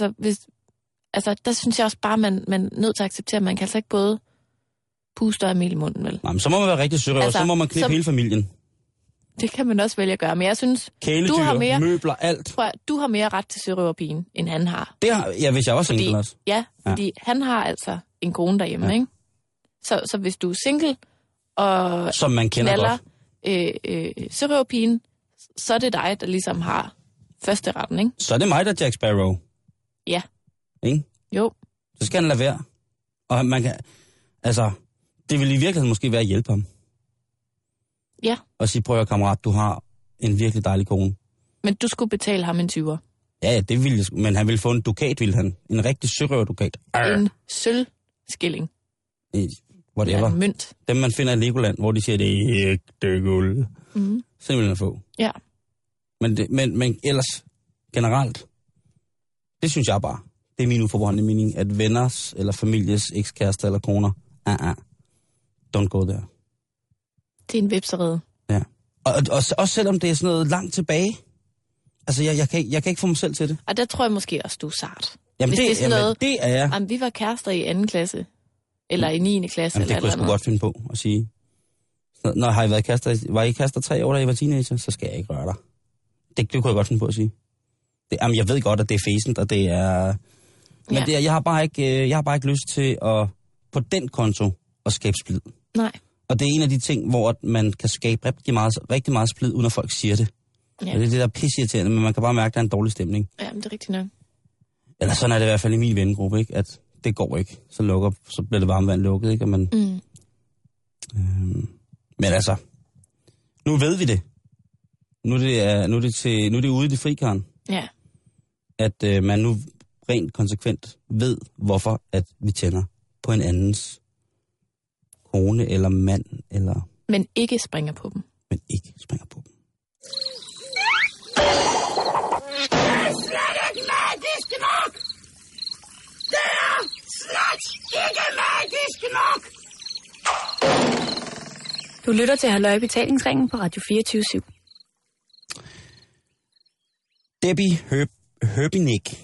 der synes jeg også bare, man er nødt til at acceptere, at man kan altså ikke både puste og mel i munden, vel? Nej, men så må man være rigtig sørøver, så må man knippe hele familien. Det kan man også vælge at gøre, men jeg synes, kæledyr, du har mere, møbler, alt. Du har mere ret til sørøverpigen, end han har. Det har, ja, hvis jeg også er single også. Ja, fordi han har altså en kone derhjemme, ikke? Så hvis du er single og som man kender godt, sørøverpigen, så er det dig, der ligesom har første retten, ikke? Så er det mig, der er Jack Sparrow. Ja. Ikke? Jo. Så skal han lade være. Og man kan, det vil i virkeligheden måske være at hjælpe ham. Ja. Og sige, prøv at kammerat, du har en virkelig dejlig kone. Men du skulle betale ham en 20'er. Ja, det ville jeg, men han ville få en dukat, ville han. En rigtig sørøver-dukat. En sølvskilling. Whatever. En mønt. Dem man finder i Legoland, hvor de siger, det er ægte guld. Så vil han få. Ja. Men ellers, generelt, det synes jeg bare, det er min uforbeholdende mening, at venners eller families ekskærester eller koner, don't go there. Det er en vipserede. Ja. Og også selvom det er sådan noget langt tilbage. Altså, jeg kan ikke få mig selv til det. Og der tror jeg måske også, du er sart. Jamen, det er jeg. Jamen, vi var kærester i 2. klasse. Eller i 9. klasse. Jamen, det kunne jeg sgu godt finde på at sige. Når har I været kærester? Var I kærester 3 år, da I var teenager? Så skal jeg ikke røre dig. Det kunne jeg godt finde på at sige. Jamen, jeg ved godt, at det er fæsent, og det er... Men jeg har bare ikke lyst til at på den konto at skabe splid. Nej. Og det er en af de ting, hvor man kan skabe rigtig meget splid, uden at folk siger det. Ja. Og det er det, der er pisseirriterende, men man kan bare mærke, at der er en dårlig stemning. Ja, men det er rigtigt nok. Eller sådan er det i hvert fald i min vennegruppe, ikke? At det går ikke. Så bliver det varmvand lukket, ikke? Men altså, nu ved vi det. Nu er det ude i det fri, Karen. Ja. At man nu rent konsekvent ved, hvorfor at vi tænder på en andens kone eller mand, eller... Men ikke springer på dem. Men ikke springer på dem. Det er slet ikke magisk nok! Det er slet ikke magisk nok! Du lytter til Halløj Betalingsringen på Radio 24/7. Debbie Herbenick.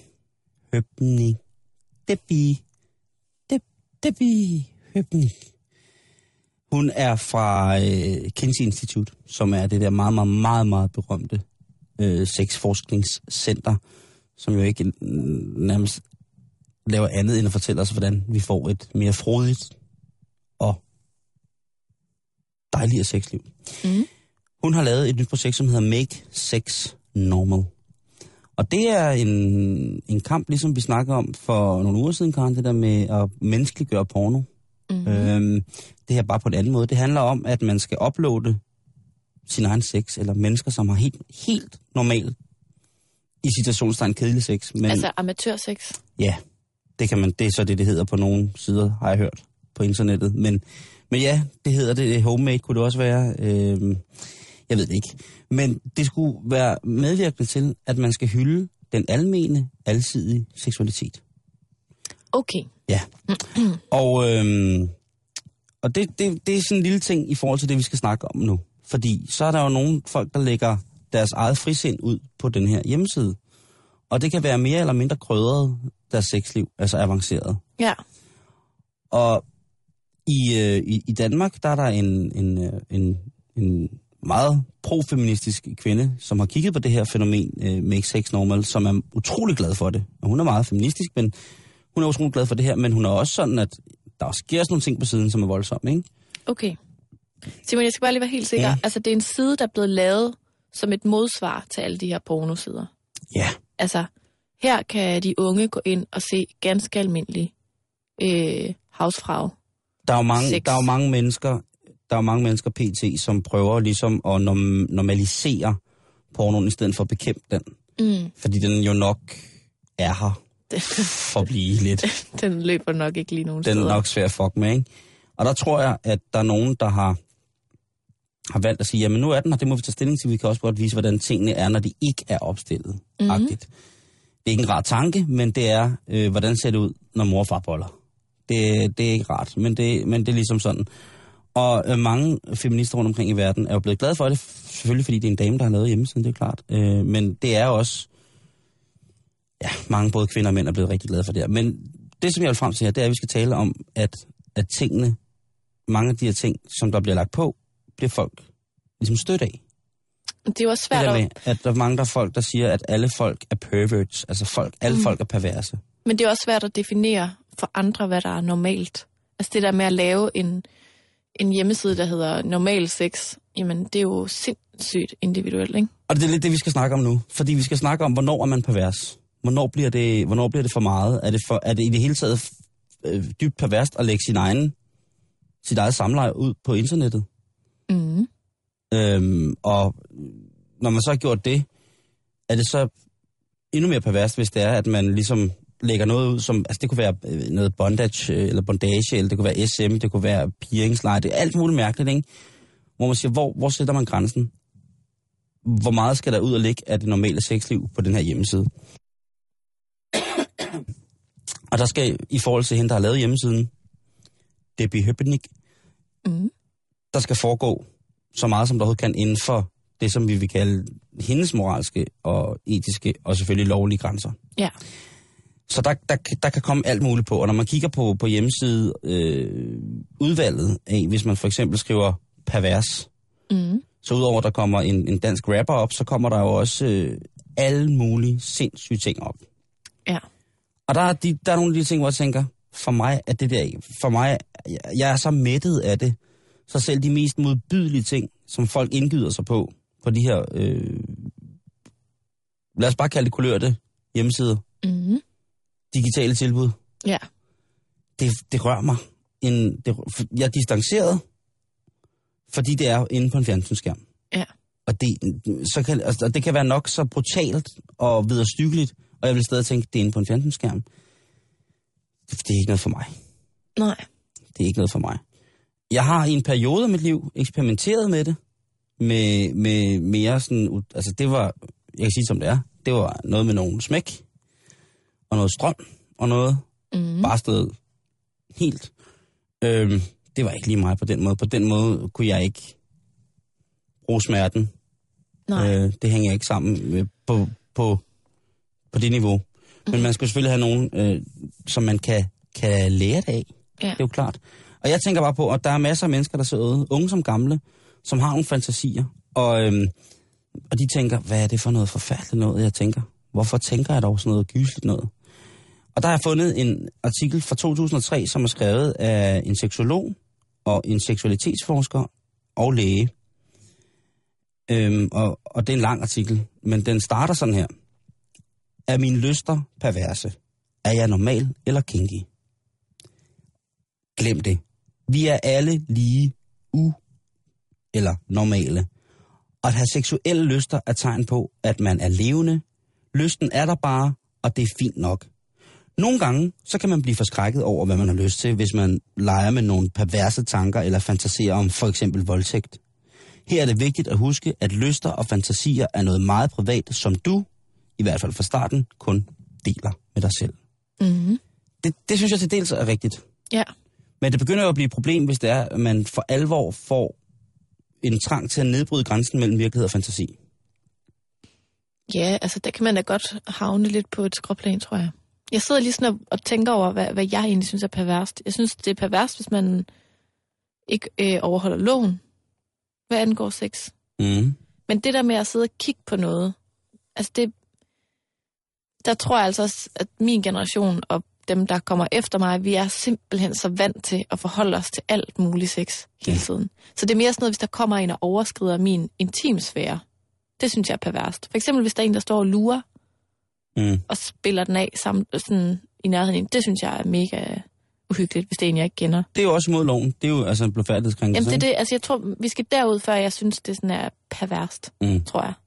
Debbie Herbenick. Hun er fra Kinsey Institute, som er det der meget, meget, meget, meget berømte sexforskningscenter, som jo ikke nærmest laver andet end at fortælle os, hvordan vi får et mere frodigt og dejligere sexliv. Mm. Hun har lavet et nyt projekt, som hedder Make Sex Normal. Og det er en kamp, ligesom vi snakker om for nogle uger siden, Karen, det der med at menneskeliggøre porno. Mm-hmm. Det her bare på en anden måde. Det handler om, at man skal uploade sin egen sex, eller mennesker, som har helt normal, i citationstegn, kedelig sex. Men, altså amatørsex? Ja, det er så det hedder på nogle sider, har jeg hørt på internettet. Men ja, det hedder det. Homemade kunne det også være. Jeg ved det ikke. Men det skulle være medvirkende til, at man skal hylde den almene, alsidige seksualitet. Okay. Ja. Og det er sådan en lille ting i forhold til det, vi skal snakke om nu. Fordi så er der jo nogle folk, der lægger deres eget frisind ud på den her hjemmeside. Og det kan være mere eller mindre krydret deres sexliv, altså avanceret. Ja. Og i Danmark, der er der en meget profeministisk kvinde, som har kigget på det her fænomen Make Sex Normal, som er utrolig glad for det. Og hun er meget feministisk, men hun er utrolig glad for det her, men hun er også sådan, at der sker sådan nogle ting på siden, som er voldsomme, ikke? Okay. Simon, jeg skal bare lige være helt sikker. Ja. Altså, det er en side, der er blevet lavet som et modsvar til alle de her pornosider. Ja. Altså, her kan de unge gå ind og se ganske almindelig hausfrau. Der er jo mange mennesker pt, som prøver ligesom at normalisere pornoen i stedet for at bekæmpe den. Mm. Fordi den jo nok er her for at blive lidt. Den løber nok ikke lige nogen steder. Den er nok svær at fuck med, ikke? Og der tror jeg, at der er nogen, der har valgt at sige, jamen nu er den her, det må vi tage stilling til. Vi kan også godt vise, hvordan tingene er, når de ikke er opstillet. Mm-hmm. Det er ikke en rar tanke, men det er, hvordan ser det ud, når mor og far boller. Det er ikke rart, men det er ligesom sådan. Og mange feminister rundt omkring i verden er jo blevet glade for det, selvfølgelig fordi det er en dame, der har lavet hjemmesiden, det er klart. Men det er også, ja, mange både kvinder og mænd er blevet rigtig glade for det her. Men det, som jeg vil frem til her, det er, at vi skal tale om, at tingene, mange af de her ting, som der bliver lagt på, bliver folk ligesom stødt af. Det er jo også svært at der er mange folk, der siger, at alle folk er perverts, altså alle folk er perverse. Men det er også svært at definere for andre, hvad der er normalt. Altså det der med at lave en hjemmeside, der hedder normal sex, jamen det er jo sindssygt individuelt, ikke? Og det er lidt det, vi skal snakke om nu. Fordi vi skal snakke om, hvornår er man pervers? Hvornår bliver det for meget? Er det i det hele taget dybt perverst at lægge sit eget samleje ud på internettet? Mm. Og når man så har gjort det, er det så endnu mere perverst, hvis det er, at man ligesom lægger noget ud, som, altså det kunne være noget bondage, eller det kunne være SM, det kunne være pirringsleje, det er alt muligt mærkeligt, ikke? Hvor man siger, hvor sætter man grænsen? Hvor meget skal der ud og ligge af det normale sexliv på den her hjemmeside? Og der skal, i forhold til hende, der har lavet hjemmesiden, Debbie Herbenick, der skal foregå så meget, som der overhovedet kan inden for det, som vi vil kalde hendes moralske og etiske og selvfølgelig lovlige grænser. Ja. Så der kan komme alt muligt på, og når man kigger på hjemmeside udvalget af, hvis man for eksempel skriver pervers, så udover der kommer en dansk rapper op, så kommer der jo også alle mulige sindssyge ting op. Ja. Og der er nogle af de ting, hvor jeg tænker, jeg er så mættet af det, så selv de mest modbydelige ting, som folk indgyder sig på de her, lad os bare kalde det kulørte hjemmesider, digitale tilbud. Ja. Det rører mig. Jeg er distanceret, fordi det er inde på en fjernsynsskærm. Ja. Og det kan være nok så brutalt og vederstyggeligt Og jeg vil stadig tænke, det er inde på en fjernsynsskærm. Det er ikke noget for mig. Nej. Det er ikke noget for mig. Jeg har i en periode af mit liv eksperimenteret med det. Med mere sådan... Altså det var... Jeg kan sige som det er. Det var noget med nogle smæk. Og noget strøm. Og noget... Bare stået helt... det var ikke lige mig på den måde. På den måde kunne jeg ikke bruge smerten. Nej. Det hænger ikke sammen på det niveau. Men man skal selvfølgelig have nogen, som man kan lære det af. Ja. Det er jo klart. Og jeg tænker bare på, at der er masser af mennesker, der sidder ude, unge som gamle, som har nogle fantasier. Og de tænker, hvad er det for noget forfærdeligt noget, jeg tænker? Hvorfor tænker jeg dog sådan noget gysligt noget? Og der har jeg fundet en artikel fra 2003, som er skrevet af en seksolog og en seksualitetsforsker og læge. Og det er en lang artikel, men den starter sådan her. Er mine lyster perverse? Er jeg normal eller kinky? Glem det. Vi er alle lige eller normale. Og at have seksuelle lyster er tegn på, at man er levende. Lysten er der bare, og det er fint nok. Nogle gange, så kan man blive forskrækket over, hvad man har lyst til, hvis man leger med nogle perverse tanker eller fantaserer om for eksempel voldtægt. Her er det vigtigt at huske, at lyster og fantasier er noget meget privat, som du, i hvert fald fra starten, kun deler med dig selv. Mm-hmm. Det synes jeg til dels er rigtigt. Ja. Men det begynder jo at blive et problem, hvis det er, at man for alvor får en trang til at nedbryde grænsen mellem virkelighed og fantasi. Ja, altså der kan man da godt havne lidt på et skråplan, tror jeg. Jeg sidder lige sådan og tænker over, hvad jeg egentlig synes er perverst. Jeg synes, det er perverst, hvis man ikke overholder loven, hvad angår sex. Mm. Men det der med at sidde og kigge på noget, altså der tror jeg altså også, at min generation og dem, der kommer efter mig, vi er simpelthen så vant til at forholde os til alt muligt sex hele tiden. Så det er mere sådan noget, hvis der kommer en og overskrider min intimsfære. Det synes jeg er perverst. For eksempel, hvis der er en, der står og lurer og spiller den af sammen, sådan, i nærheden. Det synes jeg er mega uhyggeligt, hvis det er en, jeg ikke kender. Det er jo også mod loven. Det er jo altså en blufærdighedskrænkelse. Jamen det er det. Altså jeg tror, vi skal derud, før jeg synes, det sådan er perverst, tror jeg.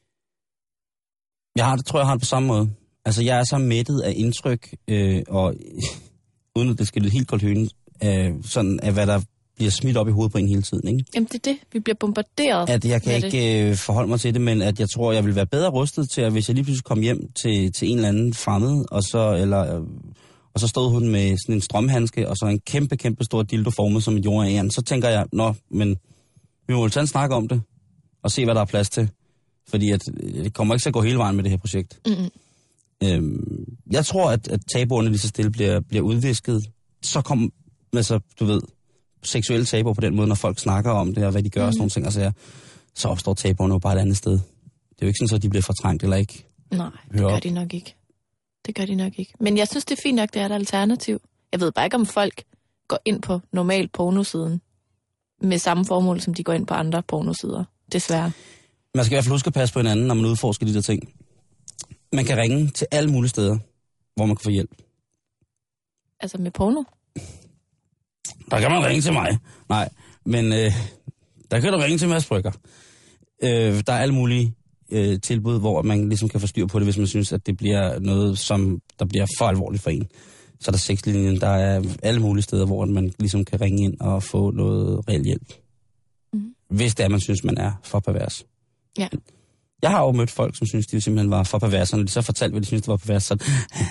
Jeg har det på samme måde. Altså, jeg er så mættet af indtryk, og uden at det skal lyde helt koldt høne, sådan af hvad der bliver smidt op i hovedet på en hele tiden, ikke? Jamen, det er det. Vi bliver bombarderet. At jeg kan ikke forholde mig til det, men at jeg tror, jeg vil være bedre rustet til, at hvis jeg lige pludselig kom hjem til en eller anden fremmed, og så stod hun med sådan en strømhandske, og så en kæmpe stor dildo formet som et jordæren, så tænker jeg, men vi må jo tage en snak om det, og se, hvad der er plads til. Fordi at det kommer ikke til at gå hele vejen med det her projekt. Mm-hmm. Jeg tror, at tabuerne lige så stille bliver udvisket. Så kommer, altså, du ved, seksuelle tabuer på den måde, når folk snakker om det, og hvad de gør og sådan nogle ting, altså, så opstår tabuerne jo bare et andet sted. Det er jo ikke sådan, at de bliver fortrængt eller ikke. Nej, det gør de nok ikke. Det gør de nok ikke. Men jeg synes, det er fint nok, det er et alternativ. Jeg ved bare ikke, om folk går ind på normal pornosiden med samme formål, som de går ind på andre pornosider. Desværre. Man skal i hvert fald huske at passe på hinanden, når man udforsker de der ting. Man kan ringe til alle mulige steder, hvor man kan få hjælp. Altså med porno? Der kan man ringe til mig. Nej, men der kan du ringe til Mads Brygger. Der er alle mulige tilbud, hvor man ligesom kan få styr på det, hvis man synes, at det bliver noget, som der bliver for alvorligt for en. Så er der sexlinjen, der er alle mulige steder, hvor man ligesom kan ringe ind og få noget reel hjælp. Mm. Hvis det er, man synes, man er for pervers. Ja. Jeg har jo mødt folk, som synes, de simpelthen var for perverse, og når de så fortalte, hvad de synes, det var pervers, så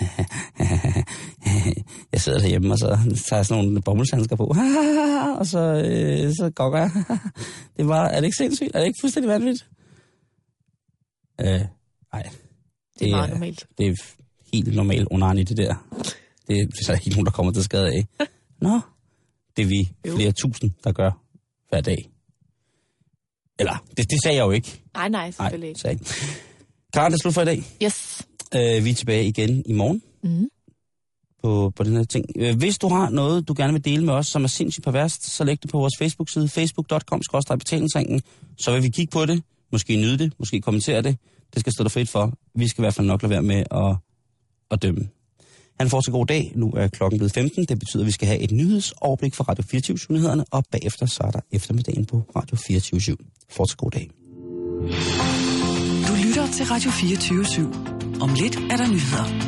jeg sidder derhjemme, og så tager jeg sådan nogle bomuldshandsker på, og så gokker jeg. Er det ikke sindssygt? Er det ikke fuldstændig vanvittigt? Nej. Det er meget normalt. Det er helt normalt onani, det der. Det er så ikke nogen, der kommer til skade af. Nå, det er vi flere tusind, der gør hver dag. Eller, det sagde jeg jo ikke. Nej, selvfølgelig ikke. Nej, Karen, det er slut for i dag. Yes. Vi er tilbage igen i morgen på den her ting. Hvis du har noget, du gerne vil dele med os, som er sindssygt perverst, så læg det på vores Facebook-side, facebook.com/betalingsringen. Så vil vi kigge på det, måske nyde det, måske kommentere det. Det skal stå dig frit for. Vi skal i hvert fald nok lade være med at dømme. Han får så god dag. Nu er klokken blevet 15. Det betyder, at vi skal have et nyhedsoverblik fra Radio 24-nyhederne, og bagefter så er der eftermiddagen på Radio 24-7. Fortsat god dag. Du lytter til Radio 24-7. Om lidt er der nyheder.